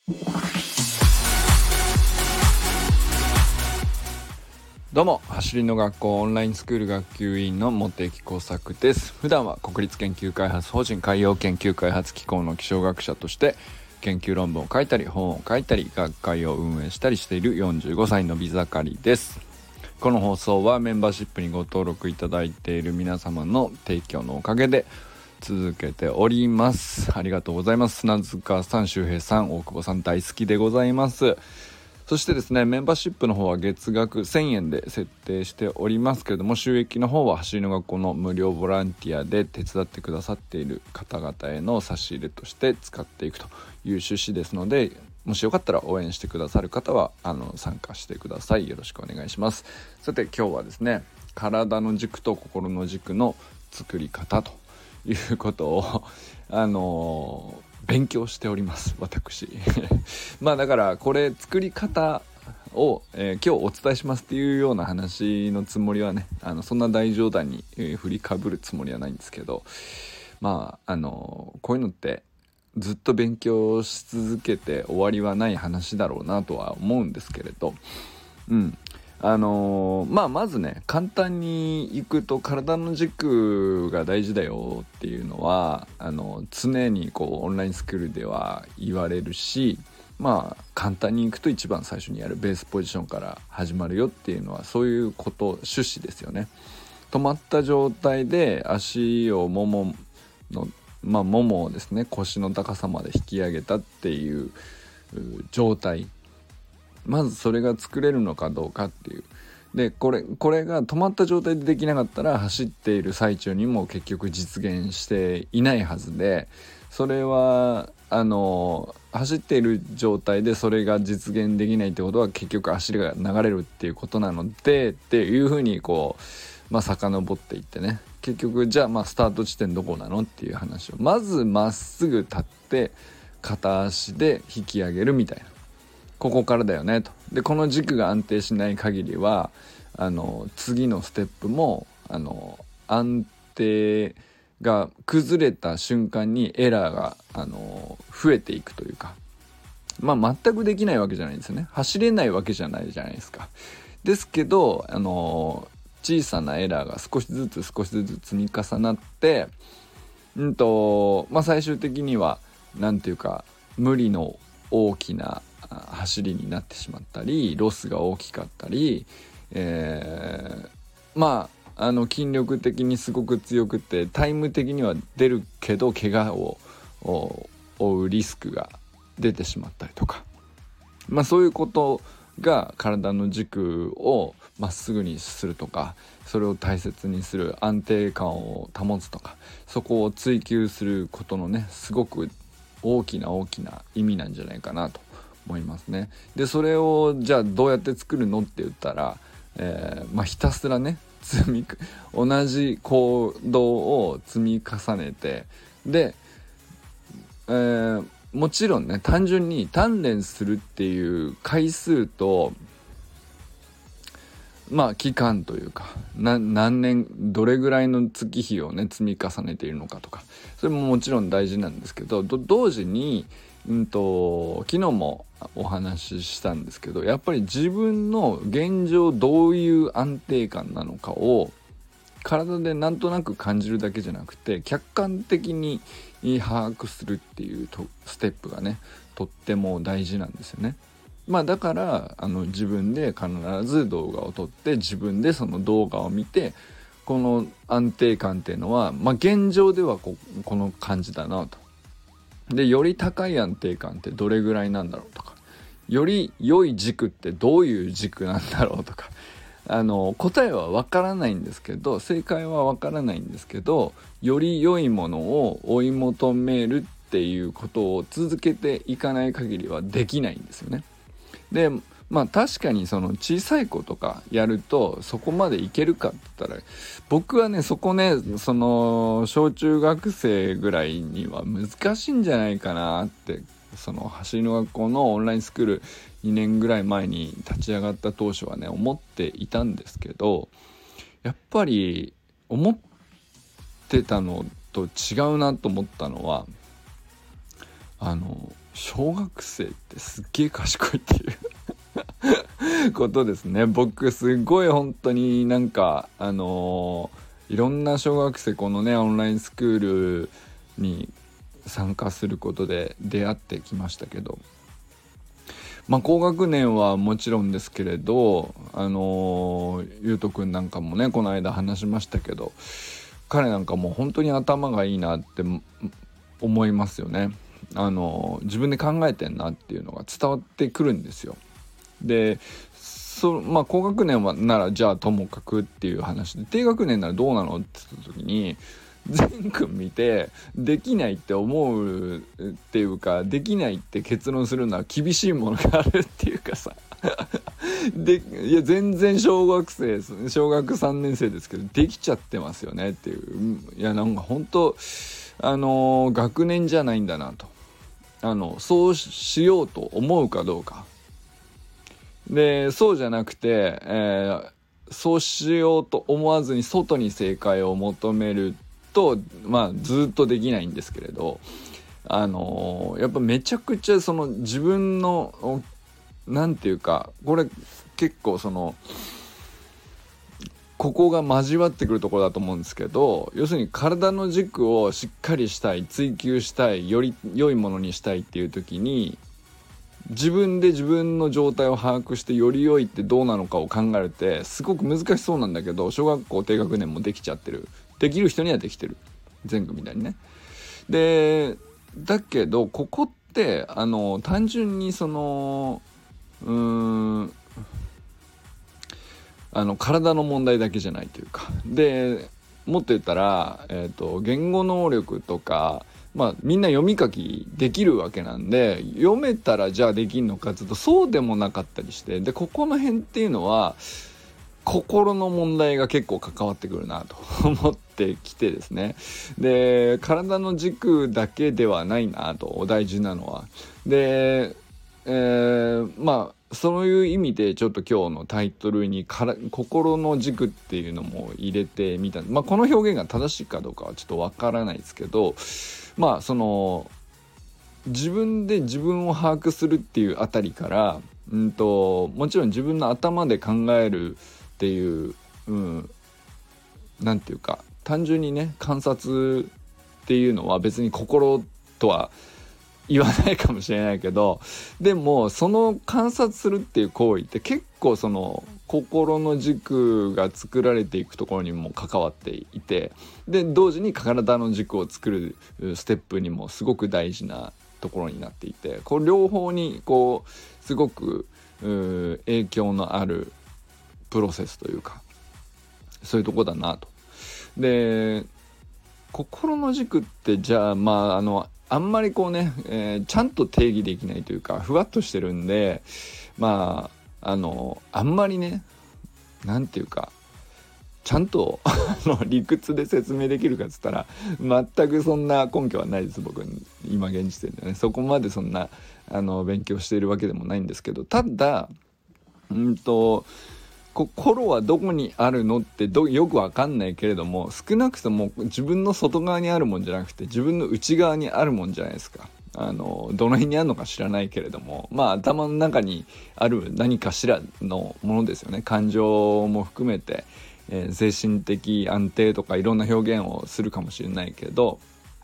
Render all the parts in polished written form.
どうも、走りの学校オンラインスクール学級委員の茂木耕作です。普段は国立研究開発法人海洋研究開発機構の気象学者として研究論文を書いたり本を書いたり学会を運営したりしている45歳のび盛りです。この放送はメンバーシップにご登録いただいている皆様の提供のおかげで続けております。ありがとうございます。砂塚さん、周平さん、大久保さん大好きでございます。そしてですね、メンバーシップの方は月額1000円で設定しておりますけれども、収益の方は走りの学校の無料ボランティアで手伝ってくださっている方々への差し入れとして使っていくという趣旨ですので、もしよかったら応援してくださる方は参加してください。よろしくお願いします。さて今日はですね、体の軸と心の軸の作り方ということを勉強しております私まあだからこれ作り方を、今日お伝えしますっていうような話のつもりはね、そんな大冗談に、振りかぶるつもりはないんですけど、まあこういうのってずっと勉強し続けて終わりはない話だろうなとは思うんですけれど、まずね、簡単にいくと体の軸が大事だよっていうのは常にオンラインスクールでは言われるし、簡単にいくと一番最初にやるベースポジションから始まるよっていうのはそういうこと趣旨ですよね。止まった状態で足をももをですね、腰の高さまで引き上げたっていう状態、まずそれが作れるのかどうかっていう。でこれが止まった状態でできなかったら走っている最中にも結局実現していないはずで、それは走っている状態でそれが実現できないってことは結局足が流れるっていうことなのでっていうふうに遡っていってね、結局じゃあスタート地点どこなのっていう話を、まずまっすぐ立って片足で引き上げるみたいな、ここからだよねと。でこの軸が安定しない限りは次のステップも安定が崩れた瞬間にエラーが増えていくというか、全くできないわけじゃないんですよね。走れないわけじゃないじゃないですか。ですけど小さなエラーが少しずつ積み重なって最終的にはなんていうか無理の大きな走りになってしまったり、ロスが大きかったり、筋力的にすごく強くてタイム的には出るけど怪我を負うリスクが出てしまったりとか、そういうことが体の軸をまっすぐにするとか、それを大切にする、安定感を保つとか、そこを追求することのね、すごく大きな意味なんじゃないかなと思いますね。でそれをじゃあどうやって作るのって言ったら、ひたすらね同じ行動を積み重ねて、で、もちろんね、単純に鍛錬するっていう回数と期間というか何年どれぐらいの月日をね積み重ねているのかとか、それももちろん大事なんですけど、同時に昨日もお話ししたんですけど、やっぱり自分の現状どういう安定感なのかを体でなんとなく感じるだけじゃなくて客観的に把握するっていうステップがねとっても大事なんですよね。だから自分で必ず動画を撮って自分でその動画を見て、この安定感っていうのは現状ではこの感じだなと。でより高い安定感ってどれぐらいなんだろうとか、より良い軸ってどういう軸なんだろうとか、答えはわからないんですけど、正解はわからないんですけど、より良いものを追い求めるっていうことを続けていかない限りはできないんですよね。で確かにその小さい子とかやるとそこまでいけるかって言ったら、僕はねそこね、その小中学生ぐらいには難しいんじゃないかなって、その走りの学校のオンラインスクール2年ぐらい前に立ち上がった当初はね思っていたんですけど、やっぱり思ってたのと違うなと思ったのは、 小学生ってすっげえ賢いっていうことですね。僕すごい本当になんかいろんな小学生このねオンラインスクールに参加することで出会ってきましたけど、高学年はもちろんですけれどゆうとくんなんかもねこの間話しましたけど、彼なんかもう本当に頭がいいなって思いますよね。自分で考えてんなっていうのが伝わってくるんですよ。で高学年はならじゃあともかくっていう話で、低学年ならどうなのって言った時に全く見てできないって思うっていうか、できないって結論するのは厳しいものがあるっていうかさでいや全然小学3年生ですけどできちゃってますよねっていう。いやなんか本当学年じゃないんだなと、そうしようと思うかどうかで、そうじゃなくて、そうしようと思わずに外に正解を求めるとずっとできないんですけれど、やっぱめちゃくちゃその自分のなんていうか、これ結構ここが交わってくるところだと思うんですけど、要するに体の軸をしっかりしたい、追求したい、より良いものにしたいっていう時に自分で自分の状態を把握してより良いってどうなのかを考えるってすごく難しそうなんだけど、小学校低学年もできちゃってる、できる人にはできてる、全部みたいにね。でだけどここって単純に体の問題だけじゃないというか、でもっと言ったら、言語能力とかみんな読み書きできるわけなんで、読めたらじゃあできんのかっていうとそうでもなかったりして、でここの辺っていうのは心の問題が結構関わってくるなと思ってきてですね。で体の軸だけではないなと、大事なのは。で、そういう意味でちょっと今日のタイトルに心の軸っていうのも入れてみた。この表現が正しいかどうかはちょっとわからないですけど、自分で自分を把握するっていうあたりから、もちろん自分の頭で考えるっていう、なんていうか単純にね観察っていうのは別に心とは言わないかもしれないけど、でもその観察するっていう行為って結構その心の軸が作られていくところにも関わっていて、で同時に体の軸を作るステップにもすごく大事なところになっていて、こう両方にこうすごく影響のあるプロセスというか、そういうとこだなと。で心の軸ってじゃああんまりこうね、ちゃんと定義できないというかふわっとしてるんで、あんまりねなんていうかちゃんと理屈で説明できるかっつったら全くそんな根拠はないです。僕今現時点でねそこまでそんな勉強しているわけでもないんですけど、ただ心はどこにあるのってよくわかんないけれども、少なくとも自分の外側にあるもんじゃなくて自分の内側にあるもんじゃないですか。どの辺にあるのか知らないけれども、頭の中にある何かしらのものですよね。感情も含めて、精神的安定とかいろんな表現をするかもしれないけど、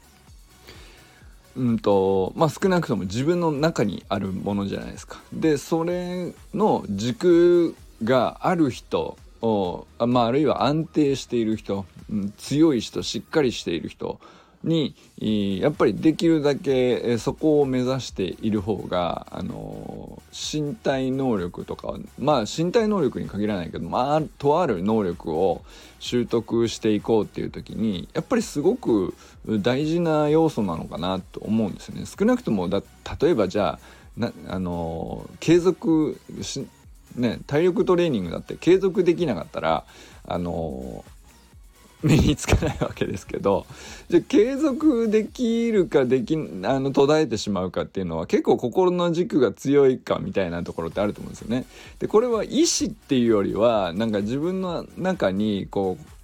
少なくとも自分の中にあるものじゃないですか。でそれの軸がある人あるいは安定している人、強い人、しっかりしている人にやっぱりできるだけそこを目指している方が身体能力とか身体能力に限らないけどとある能力を習得していこうっていう時にやっぱりすごく大事な要素なのかなと思うんですよね。少なくとも例えばじゃあ継続体力トレーニングだって継続できなかったら身につかないわけですけど、じゃあ継続できるか途絶えてしまうかっていうのは結構心の軸が強いかみたいなところってあると思うんですよね。でこれは意志っていうよりはなんか自分の中にこ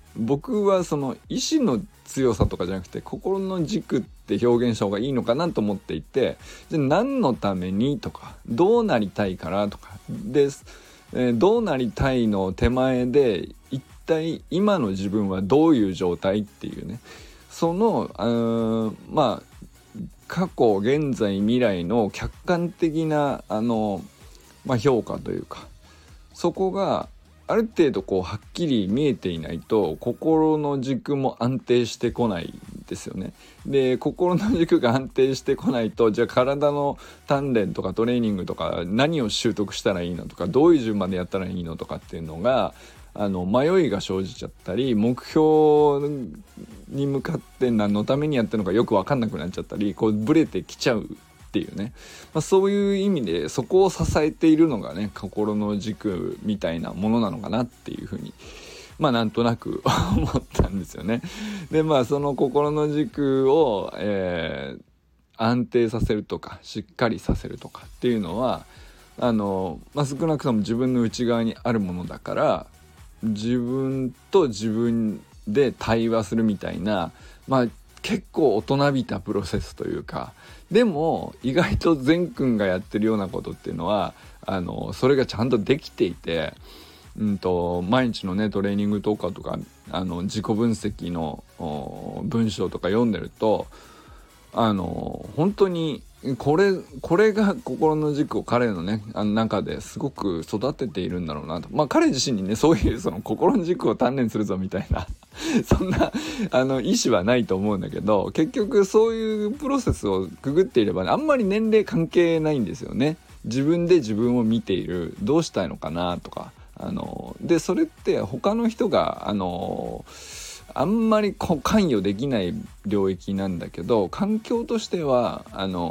僕はその意志の強さとかじゃなくて心の軸って表現した方がいいのかなと思っていて、じゃあ何のためにとかどうなりたいからとかで、どうなりたいの手前で一体今の自分はどういう状態っていうね、そのまあ過去現在未来の客観的な評価というか、そこがある程度こうはっきり見えていないと心の軸も安定してこないんですよね。で心の軸が安定してこないと、じゃあ体の鍛錬とかトレーニングとか何を習得したらいいのとか、どういう順番でやったらいいのとかっていうのが迷いが生じちゃったり、目標に向かって何のためにやってるのかよく分かんなくなっちゃったり、こうブレてきちゃうっていうね、そういう意味でそこを支えているのがね心の軸みたいなものなのかなっていうふうになんとなく思ったんですよね。でその心の軸を、安定させるとかしっかりさせるとかっていうのは少なくとも自分の内側にあるものだから、自分と自分で対話するみたいな、結構大人びたプロセスというか、でも意外と善くんがやってるようなことっていうのはそれがちゃんとできていて、毎日のねトレーニングとか自己分析の文章とか読んでると本当にこれが心の軸を彼のね中ですごく育てているんだろうなと。彼自身にねそういうその心の軸を鍛錬するぞみたいなそんな意思はないと思うんだけど、結局そういうプロセスをくぐっていればね、あんまり年齢関係ないんですよね。自分で自分を見ている、どうしたいのかなとかでそれって他の人があんまり関与できない領域なんだけど、環境としては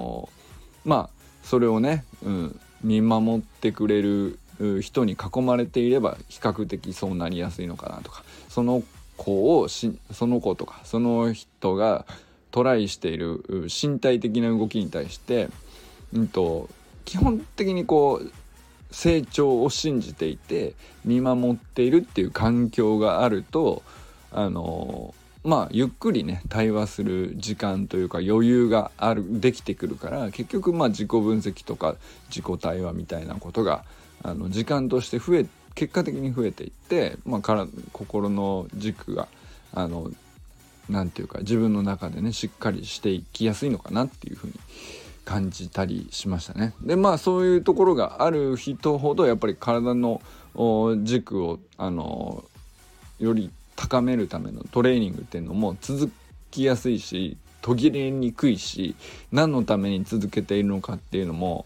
それをね、見守ってくれる人に囲まれていれば比較的そうなりやすいのかなとか、その子とかその人がトライしている身体的な動きに対して、基本的にこう成長を信じていて見守っているっていう環境があるとゆっくりね対話する時間というか余裕ができてくるから、結局自己分析とか自己対話みたいなことが時間として結果的に増えていって、心の軸がなんていうか自分の中でねしっかりしていきやすいのかなっていうふうに感じたりしましたね。でそういうところがある人ほどやっぱり体の軸をより高めるためのトレーニングっていうのも続きやすいし途切れにくいし、何のために続けているのかっていうのも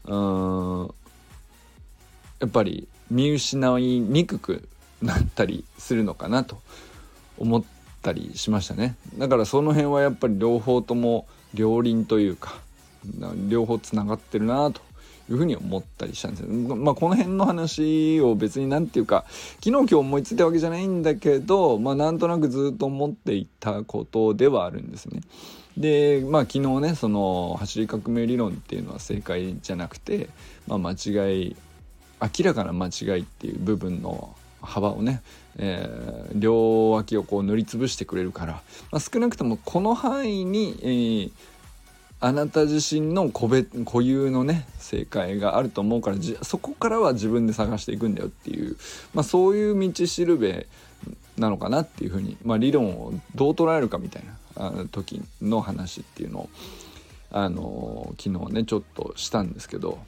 やっぱり見失いにくくなったりするのかなと思ったりしましたね。だからその辺はやっぱり両方とも両輪というか両方つながってるなというふうに思ったりしたんですよ。この辺の話を別になんていうか昨日今日思いついたわけじゃないんだけど、なんとなくずっと思っていたことではあるんですね。で昨日ねその走り革命理論っていうのは正解じゃなくて、間違い明らかな間違いっていう部分の幅をね、両脇をこう塗りつぶしてくれるから、少なくともこの範囲に、あなた自身の固有のね正解があると思うから、そこからは自分で探していくんだよっていう、そういう道しるべなのかなっていうふうに、理論をどう捉えるかみたいな時の話っていうのを昨日ねちょっとしたんですけど、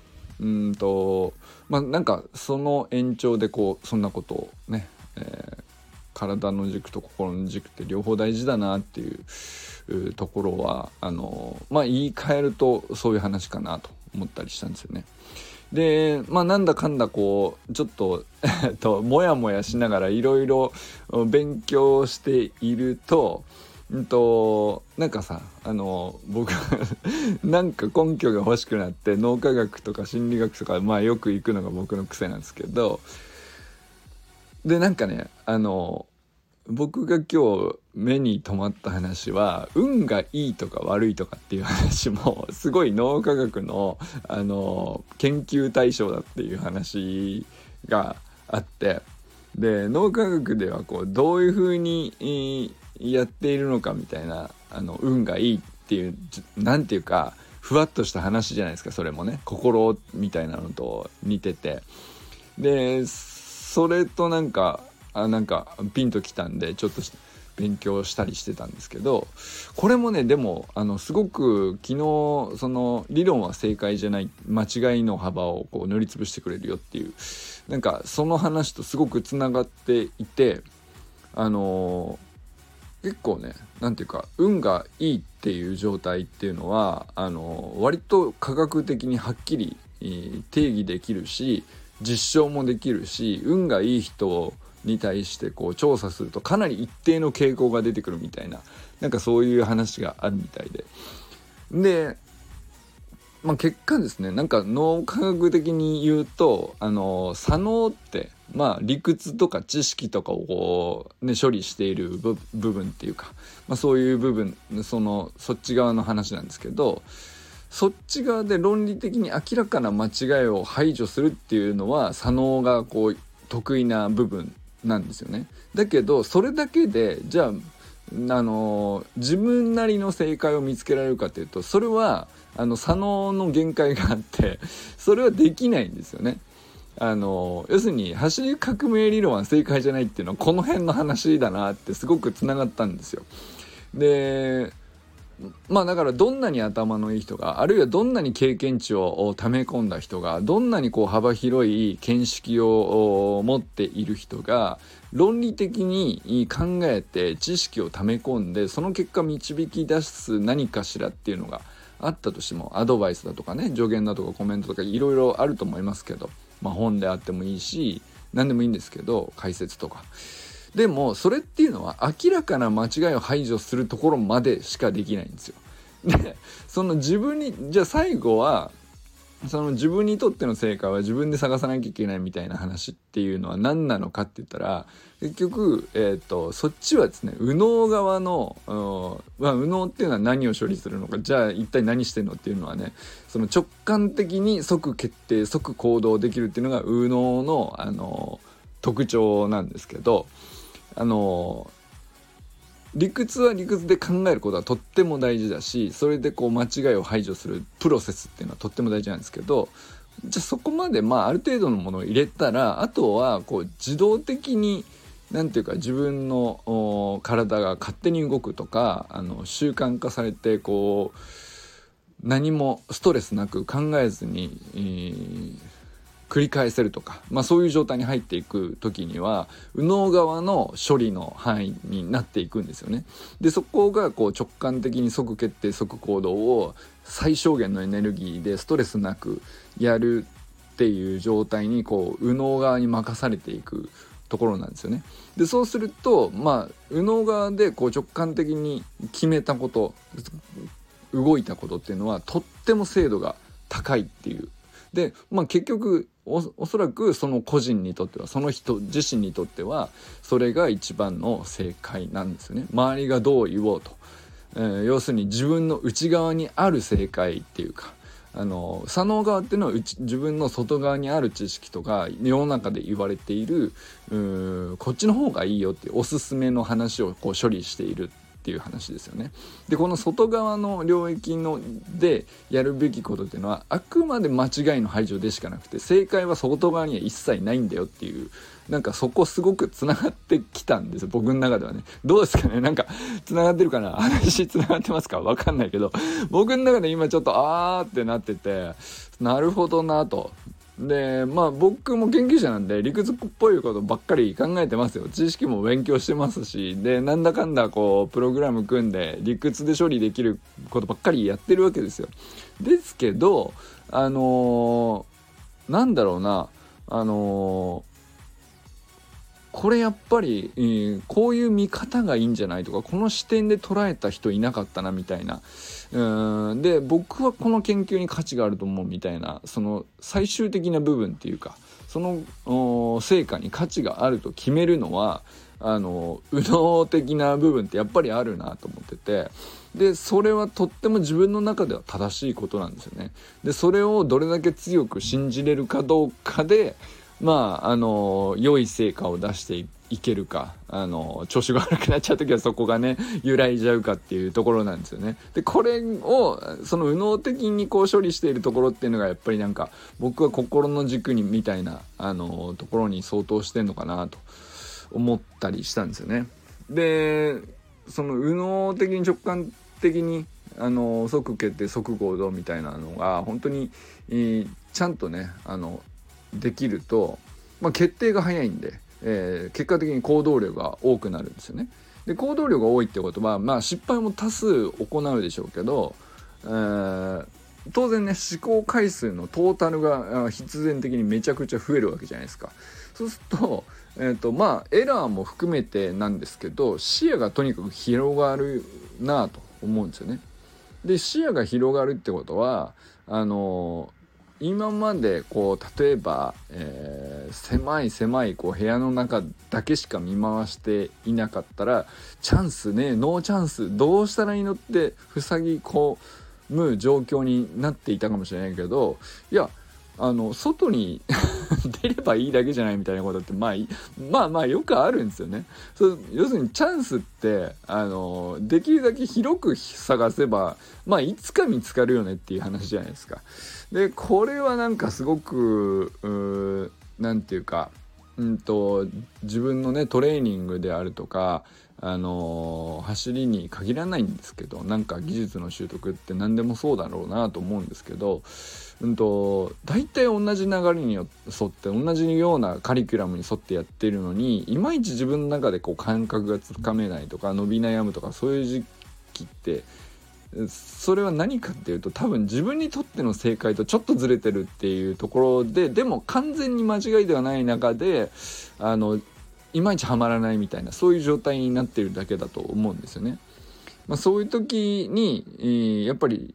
なんかその延長でそんなことをね、体の軸と心の軸って両方大事だなっていうところは言い換えるとそういう話かなと思ったりしたんですよね。でなんだかんだちょっともやもやしながらいろいろ勉強しているとなんかさ僕なんか根拠が欲しくなって脳科学とか心理学とかよく行くのが僕の癖なんですけど、でなんかね僕が今日目に留まった話は運がいいとか悪いとかっていう話もすごい脳科学の研究対象だっていう話があって、 で脳科学ではこうどういうふうに、やっているのかみたいな運がいいっていうなんていうかふわっとした話じゃないですか。それもね心みたいなのと似てて、でそれとなんかピンときたんでちょっと勉強したりしてたんですけど、これもねでもすごく昨日その理論は正解じゃない間違いの幅をこう塗りつぶしてくれるよっていうなんかその話とすごくつながっていて、結構ねなんていうか運がいいっていう状態っていうのは割と科学的にはっきり定義できるし実証もできるし、運がいい人に対してこう調査するとかなり一定の傾向が出てくるみたいな、なんかそういう話があるみたいで、結果ですね、なんか脳科学的に言うと左脳って理屈とか知識とかをこう、処理している部分っていうか、そういう部分そっち側の話なんですけど、そっち側で論理的に明らかな間違いを排除するっていうのは左脳がこう得意な部分なんですよね。だけどそれだけでじゃあ自分なりの正解を見つけられるかというと、それは左脳の限界があってそれはできないんですよね。要するに走り革命理論は正解じゃないっていうのはこの辺の話だなってすごくつながったんですよ。でだからどんなに頭のいい人が、あるいはどんなに経験値を溜め込んだ人が、どんなにこう幅広い見識を持っている人が論理的に考えて知識を溜め込んでその結果導き出す何かしらっていうのがあったとしても、アドバイスだとかね助言だとかコメントとかいろいろあると思いますけど、本であってもいいし何でもいいんですけど、解説とかでもそれっていうのは明らかな間違いを排除するところまでしかできないんですよ。でその自分にじゃあ最後はその自分にとっての正解は自分で探さなきゃいけないみたいな話っていうのは何なのかって言ったら、結局、そっちはですね右脳側の、右脳っていうのは何を処理するのか、じゃあ一体何してんのっていうのはね、その直感的に即決定即行動できるっていうのが右脳の、特徴なんですけど、理屈は理屈で考えることはとっても大事だし、それでこう間違いを排除するプロセスっていうのはとっても大事なんですけど、じゃあそこまである程度のものを入れたら、あとはこう自動的になんていうか自分の体が勝手に動くとか習慣化されてこう何もストレスなく考えずに、繰り返せるとか、そういう状態に入っていく時には右脳側の処理の範囲になっていくんですよね。でそこがこう直感的に即決定即行動を最小限のエネルギーでストレスなくやるっていう状態にこう右脳側に任されていくところなんですよね。でそうすると右脳側でこう直感的に決めたこと動いたことっていうのはとっても精度が高いっていう。で結局おそらくその個人にとっては、その人自身にとってはそれが一番の正解なんですよね。周りがどう言おうと、要するに自分の内側にある正解っていうか、左脳側っていうのは自分の外側にある知識とか世の中で言われているこっちの方がいいよっていうおすすめの話をこう処理しているっていう話ですよね。でこの外側の領域でやるべきことっていうのはあくまで間違いの排除でしかなくて、正解は外側には一切ないんだよっていう、なんかそこすごくつながってきたんですよ、僕の中ではね。どうですかね、なんかつながってるかな、話つながってますかわかんないけど、僕の中で今ちょっとってなってて、なるほどなと。で僕も研究者なんで理屈っぽいことばっかり考えてますよ。知識も勉強してますし、でなんだかんだこうプログラム組んで理屈で処理できることばっかりやってるわけですよ。ですけどなんだろうな、これやっぱり、こういう見方がいいんじゃないとか、この視点で捉えた人いなかったなみたいな、で僕はこの研究に価値があると思うみたいな、その最終的な部分っていうか、その成果に価値があると決めるのは右脳的な部分ってやっぱりあるなと思ってて、でそれはとっても自分の中では正しいことなんですよね。でそれをどれだけ強く信じれるかどうかで良い成果を出していけるか、調子が悪くなっちゃう時はそこがね揺らいじゃうかっていうところなんですよね。でこれをその右脳的にこう処理しているところっていうのがやっぱりなんか僕は心の軸にみたいなところに相当してんのかなと思ったりしたんですよね。でその右脳的に直感的に即決定即行動みたいなのが本当に、ちゃんとねできると、決定が早いんで、結果的に行動量が多くなるんですよね。で行動量が多いってことは、失敗も多数行うでしょうけど、当然ね思考回数のトータルが必然的にめちゃくちゃ増えるわけじゃないですか。そうすると、エラーも含めてなんですけど視野がとにかく広がるなと思うんですよね。で視野が広がるってことは今までこう例えば、狭いこう部屋の中だけしか見回していなかったらチャンスねノーチャンスどうしたらいいのって塞ぎ込む状況になっていたかもしれないけど、いや外に出ればいいだけじゃないみたいなことってよくあるんですよね。要するにチャンスってできるだけ広く探せばいつか見つかるよねっていう話じゃないですか。でこれはなんかすごくなんていうか自分のねトレーニングであるとか走りに限らないんですけど、なんか技術の習得って何でもそうだろうなと思うんですけど、大体同じ流れに沿って同じようなカリキュラムに沿ってやってるのにいまいち自分の中でこう感覚がつかめないとか伸び悩むとかそういう時期ってそれは何かっていうと多分自分にとっての正解とちょっとずれてるっていうところで、でも完全に間違いではない中でいまいちはまらないみたいなそういう状態になってるだけだと思うんですよね。そういう時にやっぱり、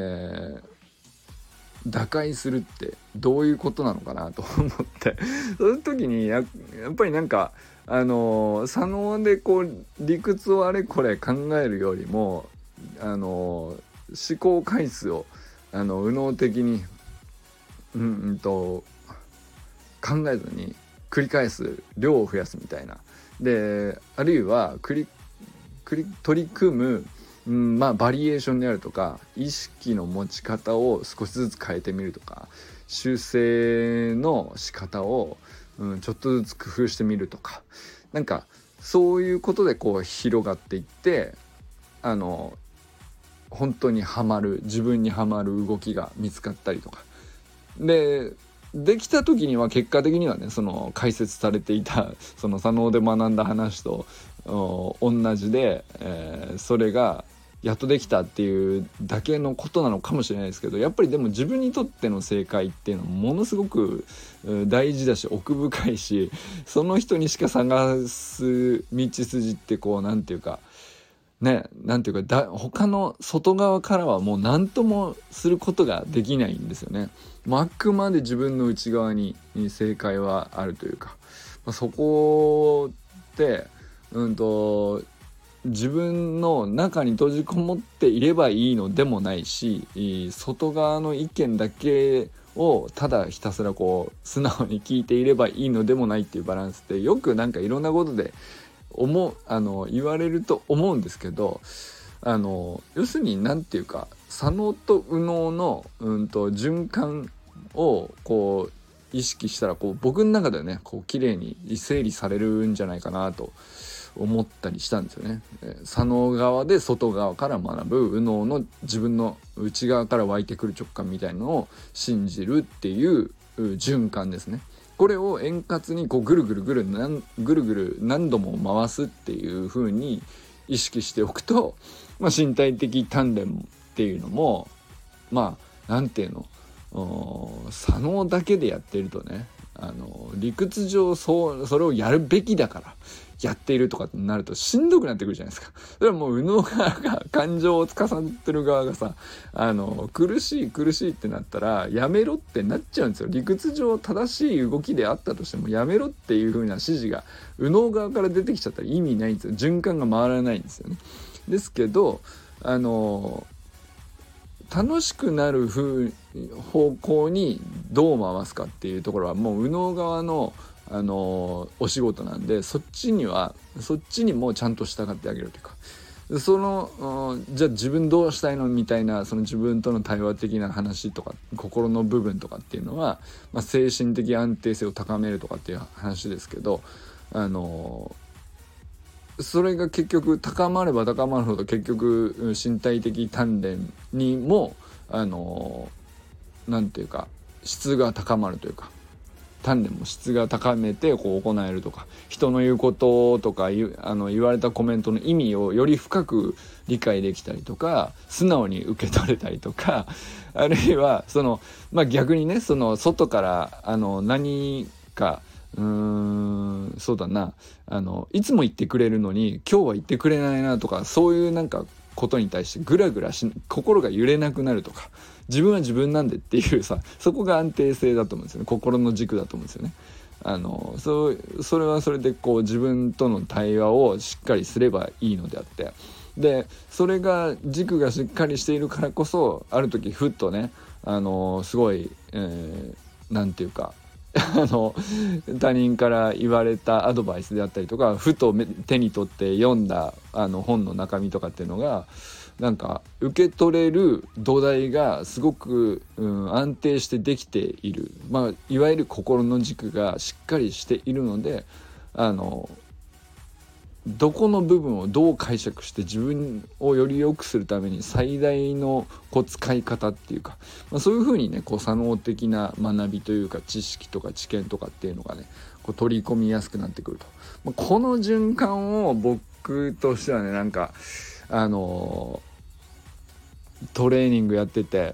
打開するってどういうことなのかなと思ってそういう時にやっぱりなんか左脳でこう理屈をあれこれ考えるよりも思考回数を右脳的に考えずに繰り返す量を増やすみたいな。であるいは取り組むバリエーションであるとか意識の持ち方を少しずつ変えてみるとか修正の仕方を、ちょっとずつ工夫してみるとか、なんかそういうことでこう広がっていって本当に自分にはまる動きが見つかったりとかできた時には結果的にはねその解説されていたその左脳で学んだ話と同じで、それがやっとできたっていうだけのことなのかもしれないですけど、やっぱりでも自分にとっての正解っていうのはものすごく大事だし奥深いし、その人にしか探す道筋ってこうなんていうか他の外側からはもう何ともすることができないんですよね。あくまで自分の内側に正解はあるというか、そこって自分の中に閉じこもっていればいいのでもないし、外側の意見だけをただひたすらこう素直に聞いていればいいのでもないっていうバランスってよくなんかいろんなことで言われると思うんですけど、要するになんていうか左脳と右脳の循環をこう意識したらこう僕の中ではねこう綺麗に整理されるんじゃないかなと思ったりしたんですよね。左脳側で外側から学ぶ、右脳の自分の内側から湧いてくる直感みたいなのを信じるっていう循環ですね。これを円滑にこうぐるぐる何度も回すっていう風に意識しておくと、身体的鍛錬っていうのもなんていうの左脳だけでやってるとね理屈上それをやるべきだからやっているとかってなるとしんどくなってくるじゃないですか。それはもう右脳側が感情を司ってる側がさ苦しいってなったらやめろってなっちゃうんですよ。理屈上正しい動きであったとしてもやめろっていう風な指示が右脳側から出てきちゃったら意味ないんですよ。循環が回らないんですよね。ですけど楽しくなる方向にどう回すかっていうところはもう右脳側のお仕事なんで、そっちにもちゃんと従ってあげるというか、じゃあ自分どうしたいのみたいな、その自分との対話的な話とか心の部分とかっていうのは、精神的安定性を高めるとかっていう話ですけど、それが結局高まれば高まるほど結局身体的鍛錬にもなんていうか質が高まるというか、鍛錬も質が高めて行えるとか、人の言うこととか言われたコメントの意味をより深く理解できたりとか、素直に受け取れたりとか、あるいは逆にね、外から何かそうだな、いつも言ってくれるのに今日は言ってくれないなとか、そういうことに対してグラグラ心が揺れなくなるとか、自分は自分なんでっていうそこが安定性だと思うんですよね。心の軸だと思うんですよね。それはそれで自分との対話をしっかりすればいいのであって、でそれが軸がしっかりしているからこそ、ある時ふっとねすごい、なんていうか他人から言われたアドバイスであったりとか、ふと手に取って読んだ本の中身とかっていうのが受け取れる土台がすごく、安定してできている、いわゆる心の軸がしっかりしているので、どこの部分をどう解釈して自分をより良くするために最大の使い方っていうか、そういうふうにね左脳的な学びというか知識とか知見とかっていうのがね取り込みやすくなってくると、この循環を僕としてはねトレーニングやってて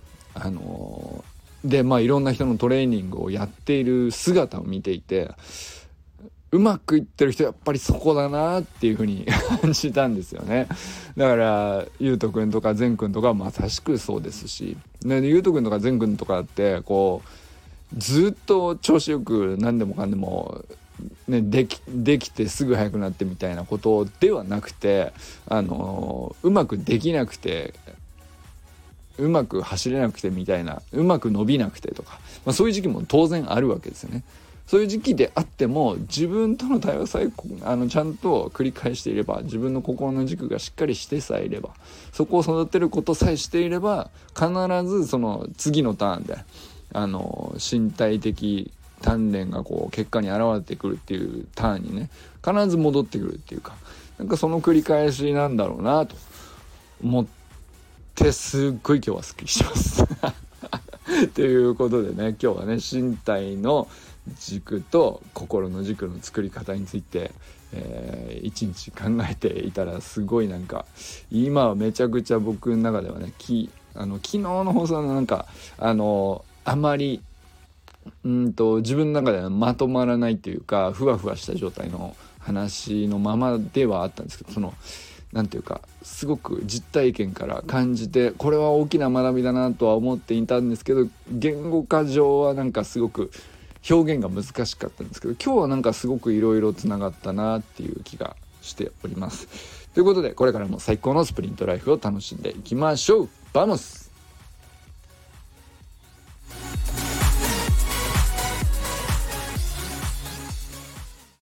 でいろんな人のトレーニングをやっている姿を見ていて、うまくいってる人やっぱりそこだなっていう風に感じたんですよね。だからゆうとくんとかぜんくんとかはまさしくそうですし、ゆうとくんとかぜんくんとかってずっと調子よく何でもかんでもね、できてすぐ速くなってみたいなことではなくて、うまくできなくてうまく走れなくてみたいな、うまく伸びなくてとか、そういう時期も当然あるわけですよね。そういう時期であっても自分との対話さえちゃんと繰り返していれば、自分の心の軸がしっかりしてさえいれば、そこを育てることさえしていれば、必ずその次のターンで身体的鍛錬が結果に現れてくるっていうターンにね必ず戻ってくるっていうか、その繰り返しなんだろうなと思ってすっごい今日はスッキリしますということでね、今日はね身体の軸と心の軸の作り方について、一日考えていたら、すごい今はめちゃくちゃ僕の中ではね昨日の放送のあまり自分の中ではまとまらないというか、ふわふわした状態の話のままではあったんですけど、なんていうかすごく実体験から感じて、これは大きな学びだなとは思っていたんですけど、言語化上はすごく表現が難しかったんですけど、今日はすごくいろいろつながったなっていう気がしております。ということでこれからも最高のスプリントライフを楽しんでいきましょう。バモス。